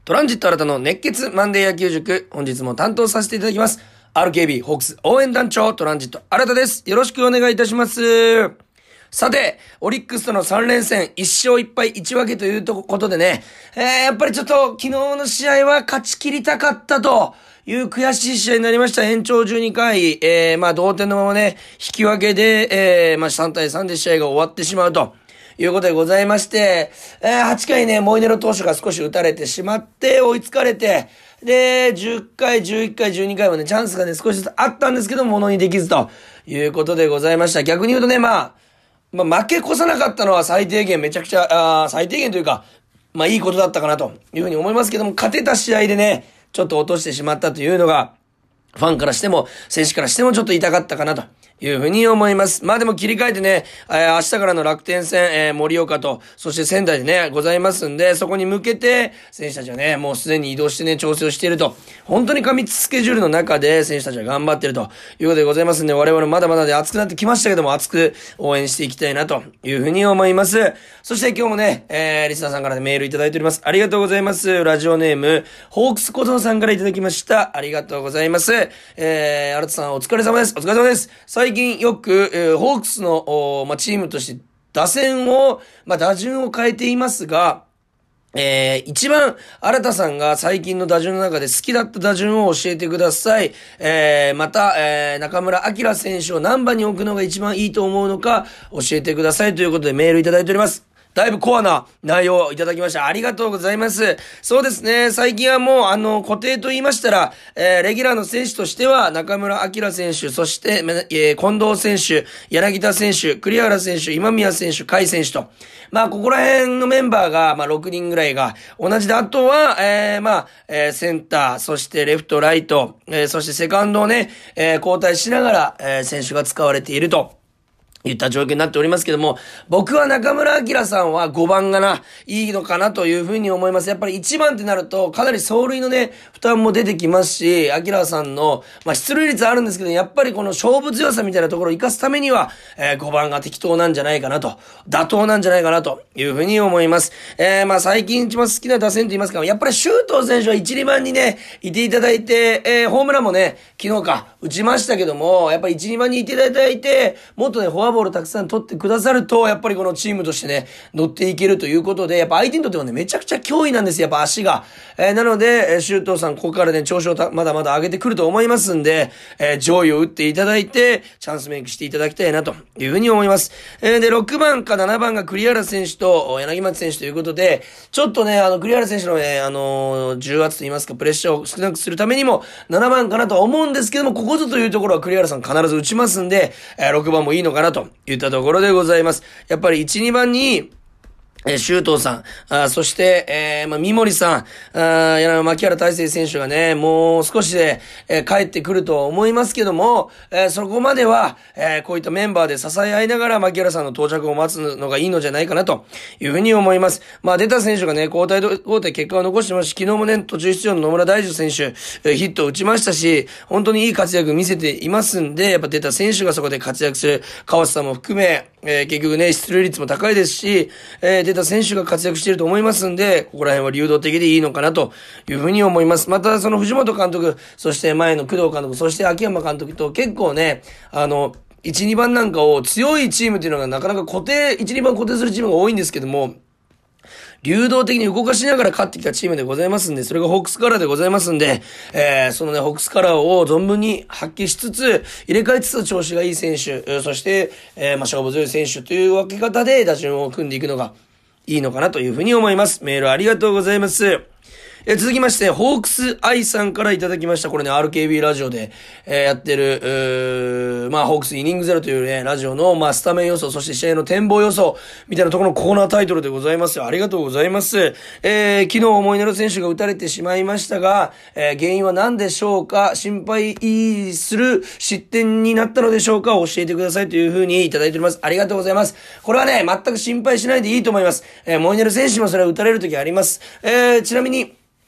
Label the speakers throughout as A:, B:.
A: トランジット新たの熱血マンデー野球塾、本日も担当させていただきます。RKB ホークス応援団長トランジット新たです。よろしくお願いいたします。さて、オリックスとの3連戦、1勝1敗1分けということでね、やっぱりちょっと昨日の試合は勝ち切りたかったという悔しい試合になりました。延長12回、同点のままね、引き分けで、3対3で試合が終わってしまうということでございまして、8回ね、モイネロ投手が少し打たれてしまって、追いつかれて、で、10回、11回、12回はね、チャンスがね、少しずつあったんですけど、ものにできずということでございました。逆に言うとね、負け越さなかったのは最低限めちゃくちゃ、最低限というか、いいことだったかなというふうに思いますけども、勝てた試合でね、ちょっと落としてしまったというのが、ファンからしても、選手からしてもちょっと痛かったかなというふうに思います。でも切り替えてね、明日からの楽天戦、盛岡と、そして仙台でね、ございますんで、そこに向けて、選手たちはね、もうすでに移動してね、調整をしていると。本当に過密スケジュールの中で、選手たちは頑張っているということでございますんで、我々まだまだで熱くなってきましたけども、熱く応援していきたいなというふうに思います。そして今日もね、リスナーさんからメールいただいております。ありがとうございます。ラジオネーム、ホークス小僧さんからいただきました。ありがとうございます。新田さんお疲れ様です。お疲れ様です。最近よく、ホークスの、チームとして打線を、打順を変えていますが、一番、新田さんが最近の打順の中で好きだった打順を教えてください。また、中村晃選手を何番に置くのが一番いいと思うのか教えてくださいということでメールいただいております。だいぶコアな内容をいただきました。ありがとうございます。そうですね。最近はもう、固定と言いましたら、レギュラーの選手としては、中村晃選手、そして、近藤選手、柳田選手、栗原選手、今宮選手、甲斐選手と。ここら辺のメンバーが、6人ぐらいが同じで、あとは、センター、そしてレフト、ライト、そしてセカンドをね、交代しながら、選手が使われていると。言った状況になっておりますけども、僕は中村晃さんは5番がいいのかなというふうに思います。やっぱり1番ってなると、かなり走塁のね、負担も出てきますし、晃さんの、出塁率あるんですけど、やっぱりこの勝負強さみたいなところを生かすためには、5番が適当なんじゃないかなと、妥当なんじゃないかなというふうに思います。最近一番好きな打線と言いますか、やっぱり周東選手は1、2番にね、いていただいて、ホームランもね、昨日か、打ちましたけども、やっぱり1、2番にいていただいて、もっとね、フォアボールたくさん取ってくださると、やっぱりこのチームとしてね、乗っていけるということで、やっぱ相手にとってはね、めちゃくちゃ脅威なんですよ、やっぱ足が。なので、周東さん、ここからね、調子をまだまだ上げてくると思いますんで、上位を打っていただいて、チャンスメイクしていただきたいな、というふうに思います。で、6番か7番が栗原選手と柳町選手ということで、ちょっとね、栗原選手のね、重圧と言いますか、プレッシャーを少なくするためにも、7番かなとは思うんですけども、ここぞというところは栗原さん必ず打ちますんで、6番もいいのかなといったところでございます。やっぱり1、2番に、周東さん、そして、三森さん、牧原大成選手がね、もう少しで、帰ってくると思いますけども、そこまでは、こういったメンバーで支え合いながら牧原さんの到着を待つのがいいのじゃないかなというふうに思います。出た選手がね、交代結果を残してますし、昨日もね、途中出場の野村大樹選手、ヒットを打ちましたし、本当にいい活躍見せていますんで、やっぱ出た選手がそこで活躍する、川瀬さんも含め、結局ね、出塁率も高いですし、出た選手が活躍していると思いますんで、ここら辺は流動的でいいのかなというふうに思います。またその藤本監督、そして前の工藤監督、そして秋山監督と結構ね、1、2番なんかを強いチームっていうのがなかなか1、2番固定するチームが多いんですけども、流動的に動かしながら勝ってきたチームでございますんで、それがホークスカラーでございますんで、そのね、ホークスカラーを存分に発揮しつつ、入れ替えつつ調子がいい選手、そして、勝負強い選手という分け方で打順を組んでいくのがいいのかなというふうに思います。メールありがとうございます。続きまして、ホークス愛さんからいただきました。これね、RKB ラジオで、やってる、ホークスイニングゼロというね、ラジオの、スタメン予想、そして試合の展望予想、みたいなところのコーナータイトルでございますよ。ありがとうございます。昨日、モイネロ選手が打たれてしまいましたが、原因は何でしょうか？心配する失点になったのでしょうか？教えてくださいというふうにいただいております。ありがとうございます。これはね、全く心配しないでいいと思います。モイネロ選手もそれは打たれるときあります。ちなみに、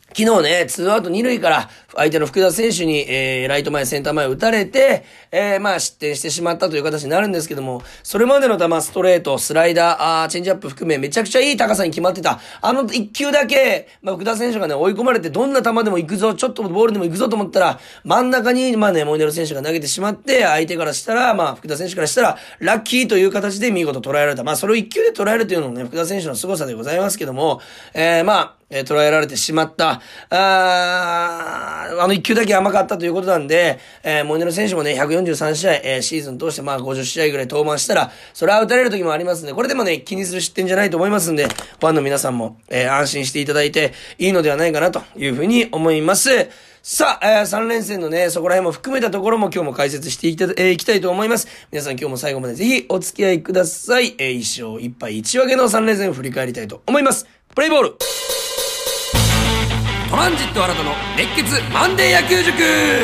A: 昨日ね、ツーアウト二塁から、相手の福田選手に、ライト前、センター前打たれて、失点してしまったという形になるんですけども、それまでの球、ストレート、スライダー、チェンジアップ含め、めちゃくちゃいい高さに決まってた。一球だけ、福田選手がね、追い込まれて、どんな球でも行くぞ、ちょっとボールでも行くぞと思ったら、真ん中に、モイネロ選手が投げてしまって、相手からしたら、福田選手からしたら、ラッキーという形で見事捉えられた。それを一球で捉えるというのもね、福田選手の凄さでございますけども、捉えられてしまった。一球だけ甘かったということなんで、モイネロ選手もね、143試合、シーズン通して50試合ぐらい登板したら、それは打たれる時もありますんで、これでもね、気にする失点じゃないと思いますんで、ファンの皆さんも、安心していただいていいのではないかなというふうに思います。さあ、3連戦のね、そこら辺も含めたところも今日も解説していきたいと思います。皆さん今日も最後までぜひお付き合いください。1勝1敗1分けの3連戦を振り返りたいと思います。プレイボールトランジット新たの熱血マンデー野球塾。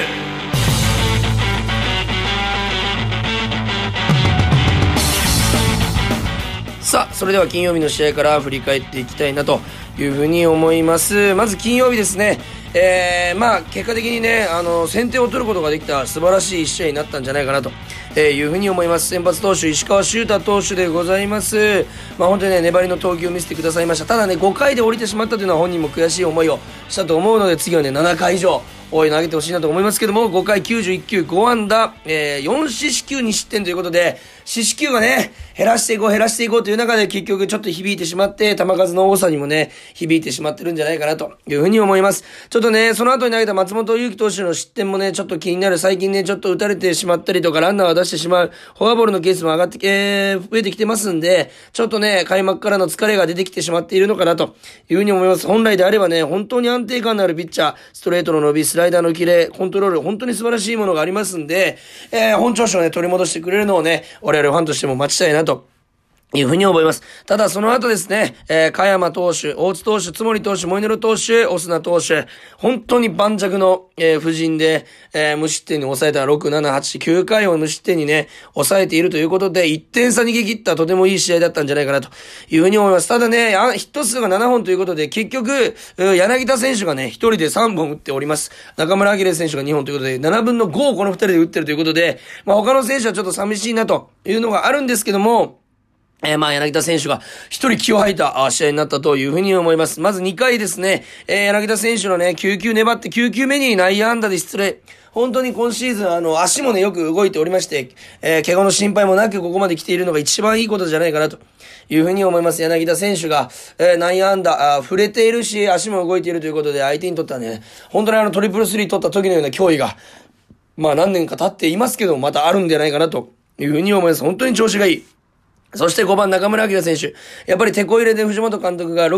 A: さあ、それでは金曜日の試合から振り返っていきたいなというふうに思います。まず金曜日ですね。結果的にね、先手を取ることができた素晴らしい一試合になったんじゃないかなというふうに思います。先発投手、石川修太投手でございます。本当にね、粘りの投球を見せてくださいました。ただね、5回で降りてしまったというのは本人も悔しい思いをしたと思うので、次はね、7回以上、投げてほしいなと思いますけども、5回91球、5安打、4四死球2失点ということで、四死球がね、減らしていこうという中で結局ちょっと響いてしまって、球数の多さにもね、響いてしまってるんじゃないかなというふうに思います。ちょっとね、その後に投げた松本裕樹投手の失点もね、ちょっと気になる。最近ね、ちょっと打たれてしまったりとか、ランナーを出してしまう、フォアボールのケースも増えてきてますんで、ちょっとね、開幕からの疲れが出てきてしまっているのかなというふうに思います。本来であればね、本当に安定感のあるピッチャー、ストレートの伸び、スライダーのキレ、コントロール、本当に素晴らしいものがありますんで、本調子をね、取り戻してくれるのをね、我々ファンとしても待ちたいなというふうに思います。ただその後ですね、香山投手、大津投手、津森投手、モイネロ投手、オスナ投手、本当に盤石の、布陣で、無失点に抑えた6、7、8、9回を無失点にね、抑えているということで、1点差逃げ切ったとてもいい試合だったんじゃないかなというふうに思います。ただね、ヒット数が7本ということで、結局、柳田選手がね、1人で3本打っております。中村晃選手が2本ということで、7分の5をこの2人で打ってるということで、他の選手はちょっと寂しいなというのがあるんですけども、柳田選手が一人気を吐いた試合になったというふうに思います。まず2回ですね、柳田選手のね、9球粘って9球目に内野安打で出塁。本当に今シーズン足もね、よく動いておりまして、怪我の心配もなくここまで来ているのが一番いいことじゃないかなというふうに思います。柳田選手が、内野安打、触れているし、足も動いているということで、相手にとってはね、本当にトリプルスリー取った時のような脅威が、何年か経っていますけど、またあるんじゃないかなというふうに思います。本当に調子がいい。そして5番中村晃選手。やっぱり手こ入れで藤本監督が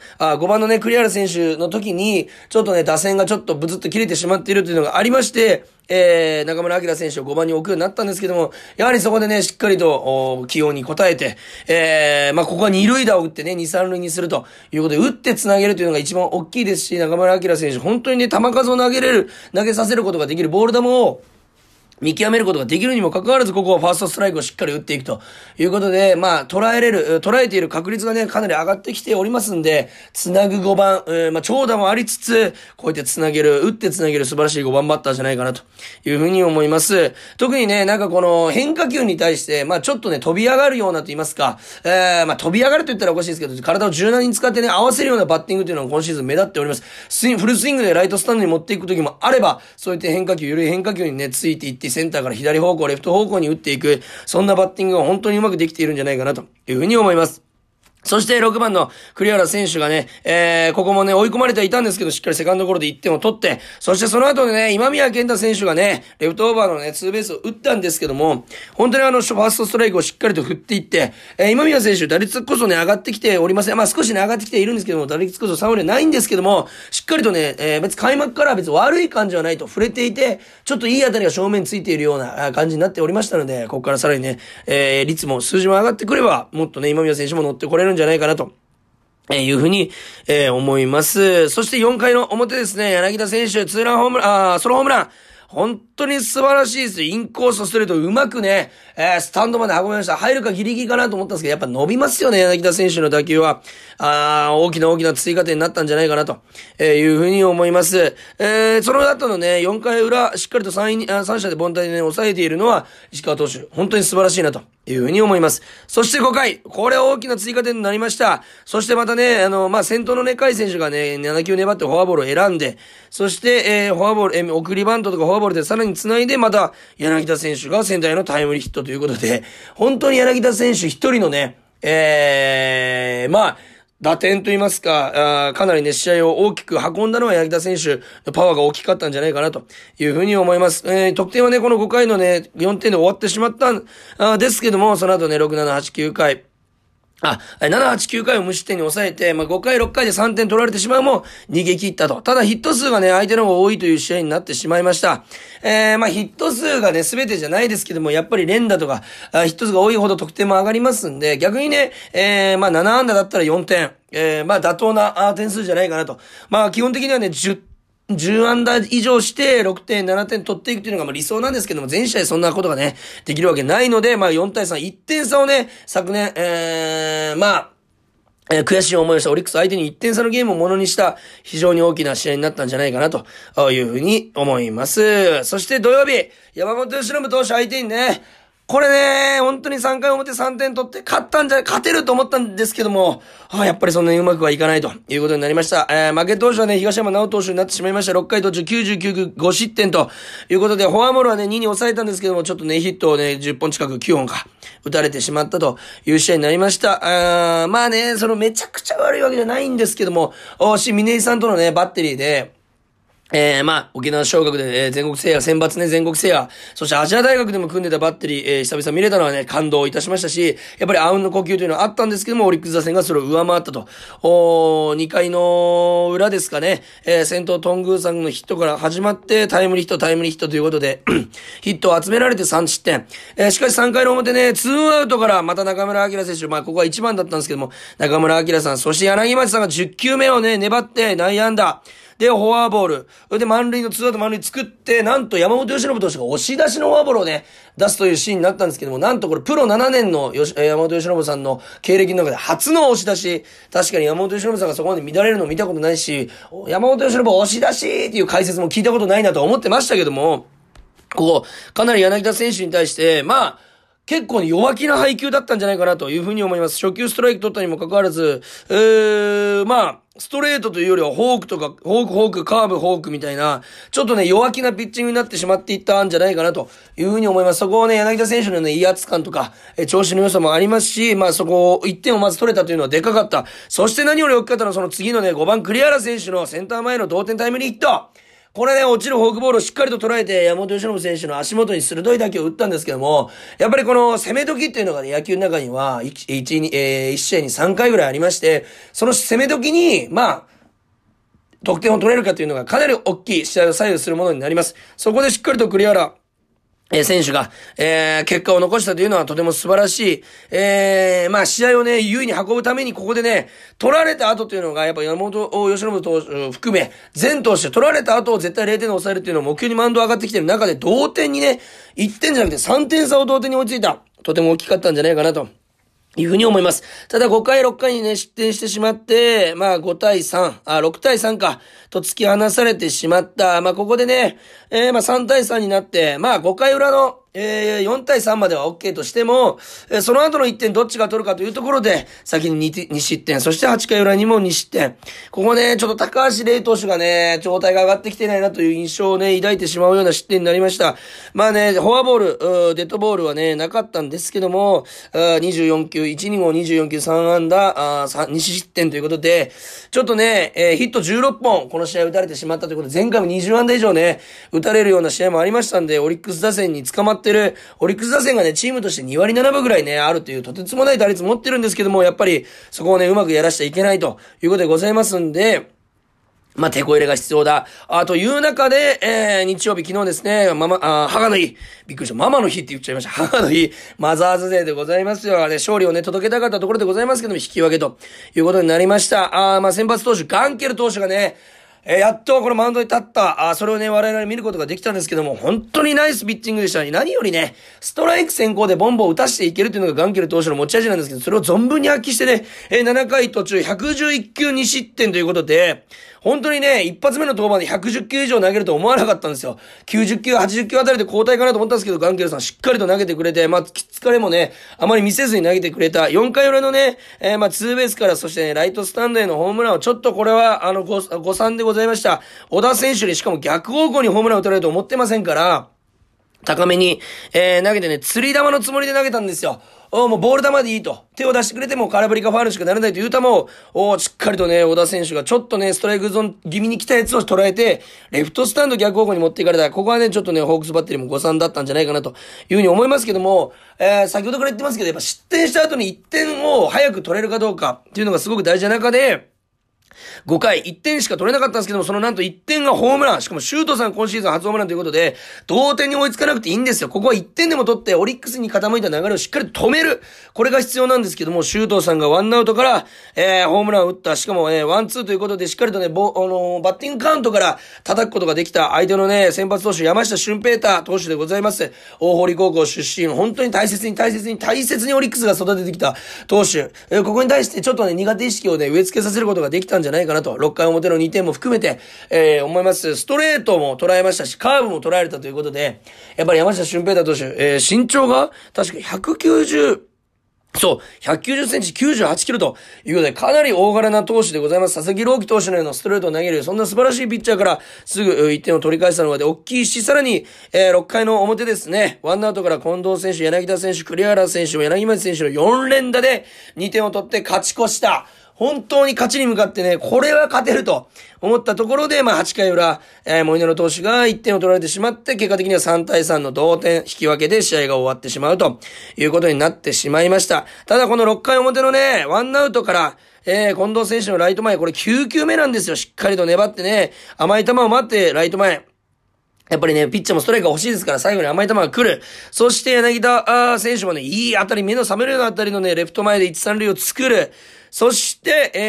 A: 5番のね、栗原選手の時に、ちょっとね、打線がちょっとブツッと切れてしまっているというのがありまして、中村晃選手を5番に置くようになったんですけども、やはりそこでね、しっかりと起用に応えて、ここは2塁打を打ってね、2、3塁にするということで、打って繋げるというのが一番大きいですし、中村晃選手、本当にね、球数を投げさせることができるボール球を、見極めることができるにもかかわらず、ここはファーストストライクをしっかり打っていくということで、捉えている確率がね、かなり上がってきておりますんで、つなぐ5番、長打もありつつ、こうやって打ってつなげる素晴らしい5番バッターじゃないかなというふうに思います。特にね、この変化球に対して、ちょっとね、飛び上がるようなと言いますか、飛び上がると言ったらおかしいですけど、体を柔軟に使ってね、合わせるようなバッティングというのが今シーズン目立っております。フルスイングでライトスタンドに持っていく時もあれば、そういった緩い変化球にね、ついていって、センターから左方向、レフト方向に打っていく、そんなバッティングが本当にうまくできているんじゃないかなというふうに思います。そして6番の栗原選手がね、ここもね、追い込まれてはいたんですけど、しっかりセカンドゴロで1点を取って、そしてその後でね、今宮健太選手がね、レフトオーバーのね、ツーベースを打ったんですけども、本当にファーストストライクをしっかりと振っていって、今宮選手、打率こそね、上がってきておりません。少しね、上がってきているんですけども、打率こそ3割はないんですけども、しっかりとね、別開幕から別に悪い感じはないと触れていて、ちょっといい当たりが正面についているような感じになっておりましたので、ここからさらにね、率も数字も上がってくれば、もっとね、今宮選手も乗ってこれるんじゃないかなと。いうふうに、思います。そして4回の表ですね、柳田選手、ソロホームラン。 本当に素晴らしいです。インコースとストレートうまくね、スタンドまで運びました。入るかギリギリかなと思ったんですけど、やっぱ伸びますよね、柳田選手の打球は。大きな追加点になったんじゃないかなと、いうふうに思います。その後のね、4回裏、しっかりと3者で凡退でね、抑えているのは、石川投手。本当に素晴らしいなというふうに思います。そして5回、これは大きな追加点になりました。そしてまたね、先頭のね、甲斐選手がね、7球粘ってフォアボールを選んで、そして、フォアボール、送りバントとかフォアボールでさらに繋いで、また、柳田選手が仙台のタイムリーヒットということで、本当に柳田選手一人のね、打点と言いますか、かなりね、試合を大きく運んだのは柳田選手のパワーが大きかったんじゃないかなというふうに思います。得点はね、この5回のね、4点で終わってしまったんですけども、その後ね、6、7、8、9回、7、8、9回を無失点に抑えて、5回、6回で3点取られてしまうも逃げ切ったと。ただヒット数がね、相手の方が多いという試合になってしまいました。ヒット数がね、全てじゃないですけども、やっぱり連打とか、ヒット数が多いほど得点も上がりますんで、逆にね、7安打だったら4点。妥当な点数じゃないかなと。基本的にはね、10安打以上して6点、7点取っていくっていうのが理想なんですけども、全試合そんなことがね、できるわけないので、4対3、1点差をね、昨年、悔しい思いをしたオリックス相手に1点差のゲームをものにした非常に大きな試合になったんじゃないかなというふうに思います。そして土曜日、山本由伸投手相手にね、これね、本当に3回表3点取って勝てると思ったんですけども、やっぱりそんなにうまくはいかないということになりました。負け投手はね、東山直投手になってしまいました。6回途中99球5失点ということで、フォアボールはね、2に抑えたんですけども、ちょっとね、ヒットをね、10本近く9本か、打たれてしまったという試合になりました。めちゃくちゃ悪いわけじゃないんですけども、峰井さんとのね、バッテリーで、沖縄尚学で、全国制覇、選抜ね、全国制覇、そしてアジア大学でも組んでたバッテリー、久々見れたのはね、感動いたしましたし、やっぱりアウンの呼吸というのはあったんですけども、オリックス打線がそれを上回ったと。2回の裏ですかね、先頭トングーさんのヒットから始まって、タイムリーヒットということで、ヒットを集められて3失点。しかし3回の表ね、2アウトからまた中村晃選手、ここは1番だったんですけども、中村晃さん、そして柳町さんが10球目をね、粘って内野安打。で、フォアボール。で、満塁の2アウト満塁作って、なんと山本由伸投手が押し出しのフォアボールをね、出すというシーンになったんですけども、なんとこれプロ7年の山本由伸さんの経歴の中で初の押し出し。確かに山本由伸さんがそこまで乱れるのを見たことないし、山本由伸押し出しっていう解説も聞いたことないなと思ってましたけども、かなり柳田選手に対して、結構弱気な配球だったんじゃないかなというふうに思います。初球ストライク取ったにもかかわらず、ストレートというよりはフォーク、カーブ、フォークみたいな、ちょっとね、弱気なピッチングになってしまっていったんじゃないかなというふうに思います。そこをね、柳田選手のね、威圧感とか、調子の良さもありますし、そこを1点をまず取れたというのはでかかった。そして何より大きかったのはその次のね、5番栗原選手のセンター前の同点タイムリーヒット。これね、落ちるフォークボールをしっかりと捉えて、山本由伸選手の足元に鋭い打球を打ったんですけども、やっぱりこの攻め時っていうのがね、野球の中には、1試合に3回ぐらいありまして、その攻め時に、得点を取れるかというのがかなり大きい試合を左右するものになります。そこでしっかりと栗原、選手が、結果を残したというのはとても素晴らしい。試合をね、優位に運ぶためにここでね、取られた後というのが、やっぱ山本由伸投手含め、全投手取られた後を絶対0点で抑えるっていうのを目標にマウンド上がってきている中で、同点にね、1点じゃなくて3点差を同点に追いついた。とても大きかったんじゃないかなと。いうふうに思います。ただ5回、6回にね、失点してしまって、6対3か、と突き放されてしまった。ここでね、3対3になって、5回裏の、4対3までは OK としても、その後の1点どっちが取るかというところで、先に2失点、そして8回裏にも2失点。ここね、ちょっと高橋礼投手がね、状態が上がってきてないなという印象をね、抱いてしまうような失点になりました。フォアボール、デッドボールはね、なかったんですけども、24球、1、2号24球3安打、2失点ということで、ちょっとね、ヒット16本、この試合打たれてしまったということで、前回も20安打以上ね、打たれるような試合もありましたんで、オリックス打線に捕まってる、オリックス打線がね、チームとして2割7分ぐらいね、あるというとてつもない打率持ってるんですけども、やっぱり、そこをね、うまくやらしちゃいけないということでございますんで、手こ入れが必要だ。という中で、日曜日昨日ですね、母の日。びっくりした。ママの日って言っちゃいました。母の日。マザーズデーでございますよ。勝利をね、届けたかったところでございますけども、引き分けということになりました。先発投手、ガンケル投手がね、 やっとこのマウンドに立った、それをね、我々見ることができたんですけども、本当にナイスピッチングでした。何よりね、ストライク先行でボンボン打たしていけるっていうのがガンケル投手の持ち味なんですけど、それを存分に発揮してね、7回途中111球2失点ということで、本当にね、一発目の登板で110球以上投げると思わなかったんですよ。90球、80球あたりで交代かなと思ったんですけど、ガンケルさんしっかりと投げてくれて、疲れもね、あまり見せずに投げてくれた。4回裏のね、ツーベースから、そしてね、ライトスタンドへのホームランをちょっとこれは、誤算でございました。小田選手にしかも逆方向にホームランを打たれると思ってませんから、高めに、投げてね、釣り玉のつもりで投げたんですよ。もうボール球でいいと。手を出してくれても空振りかファウルしかならないという球を、しっかりとね、小田選手がちょっとね、ストライクゾーン気味に来たやつを捉えて、レフトスタンド逆方向に持っていかれた。ここはね、ちょっとね、ホークスバッテリーも誤算だったんじゃないかなというふうに思いますけども、先ほどから言ってますけど、やっぱ失点した後に1点を早く取れるかどうかっていうのがすごく大事な中で、5回1点しか取れなかったんですけども、そのなんと1点がホームラン。しかもシュートさん今シーズン初ホームランということで、同点に追いつかなくていいんですよ。ここは1点でも取って、オリックスに傾いた流れをしっかり止める。これが必要なんですけども、シュートさんがワンアウトから、ホームランを打った。しかもね、ワンツーということで、しっかりとね、バッティングカウントから叩くことができた相手のね、先発投手、山下俊平太投手でございます。大堀高校出身、本当に大切にオリックスが育ててきた投手。ここに対してちょっとね、苦手意識をね、植え付けさせることができたんじゃないかなと。6回表の2点も含めて、思います。ストレートも捉えましたし、カーブも捉えれたということで、やっぱり山下俊平太投手、身長が確か190センチ98キロということで、かなり大柄な投手でございます。佐々木朗希投手のようなストレートを投げる、そんな素晴らしいピッチャーからすぐ1点を取り返したので、大きいし、さらに、6回の表ですね、ワンアウトから近藤選手、柳田選手、栗原選手、柳町選手の4連打で2点を取って勝ち越した。本当に勝ちに向かってね、これは勝てると思ったところで、8回裏、モイネロ投手が1点を取られてしまって、結果的には3対3の同点引き分けで試合が終わってしまうということになってしまいました。ただこの6回表のね、ワンアウトから、近藤選手のライト前、これ9球目なんですよ。しっかりと粘ってね、甘い球を待って、ライト前。やっぱりね、ピッチャーもストライクが欲しいですから、最後に甘い球が来る。そして柳田選手もね、いい当たり、目の覚めるような当たりのね、レフト前で1、3塁を作る。そして、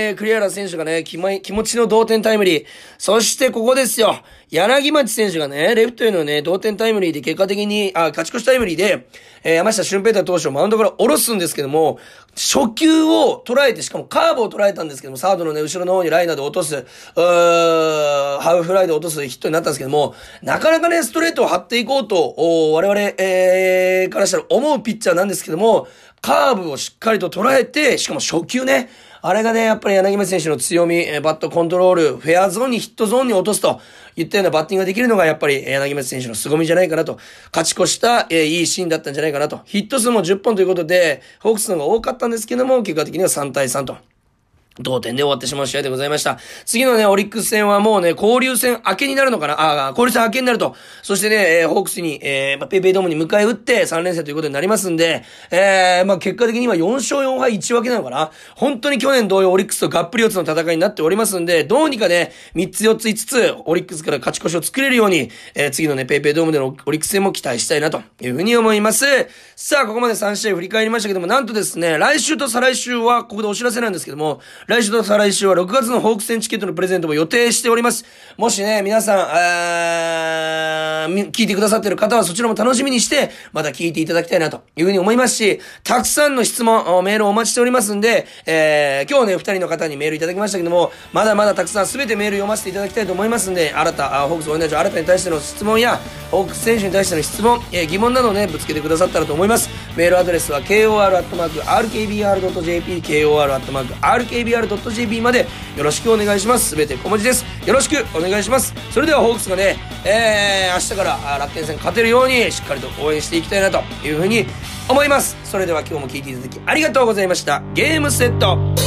A: 栗原選手がね、気持ちの同点タイムリー。そしてここですよ。柳町選手がね、レフトへのね、同点タイムリーで結果的に、勝ち越しタイムリーで、山下俊平太投手をマウンドから下ろすんですけども、初球を捉えて、しかもカーブを捉えたんですけども、サードのね、後ろの方にライナーで落とす、ハーフフライで落とすヒットになったんですけども、なかなかね、ストレートを張っていこうと、我々、からしたら思うピッチャーなんですけども、カーブをしっかりと捉えて、しかも初球ね、あれがね、やっぱり柳町選手の強み、バットコントロール、フェアゾーンにヒットゾーンに落とすといったようなバッティングができるのがやっぱり柳町選手の凄みじゃないかなと。勝ち越した、いいシーンだったんじゃないかなと。ヒット数も10本ということで、ホークスの方が多かったんですけども、結果的には3対3と。同点で終わってしまう試合でございました。次のね、オリックス戦はもうね、交流戦明けになるのかな交流戦明けになると。そしてね、ホークスに、ペイペイドームに迎え撃って3連戦ということになりますんで、結果的には4勝4敗1分けなのかな。本当に去年同様オリックスとがっぷり四つの戦いになっておりますんで、どうにかね、3つ4つ5つ、オリックスから勝ち越しを作れるように、次のね、ペイペイドームでのオリックス戦も期待したいなというふうに思います。さあ、ここまで3試合振り返りましたけども、なんとですね、来週と再来週は、ここでお知らせなんですけども、来週と再来週は6月のホークス戦チケットのプレゼントも予定しております。もしね、皆さん、聞いてくださっている方はそちらも楽しみにして、また聞いていただきたいなというふうに思いますし、たくさんの質問、メールをお待ちしておりますんで、今日ね、2人の方にメールいただきましたけども、まだまだたくさん全てメール読ませていただきたいと思いますんで、ホークス応援団長新たに対しての質問や、ホークス選手に対しての質問、疑問などをね、ぶつけてくださったらと思います。メールアドレスは kor@rkbr.jp kor@rkbr.jp までよろしくお願いします。すべて小文字です。よろしくお願いします。それではホークスがね、明日から楽天戦勝てるようにしっかりと応援していきたいなというふうに思います。それでは今日も聞いていただきありがとうございました。ゲームセット。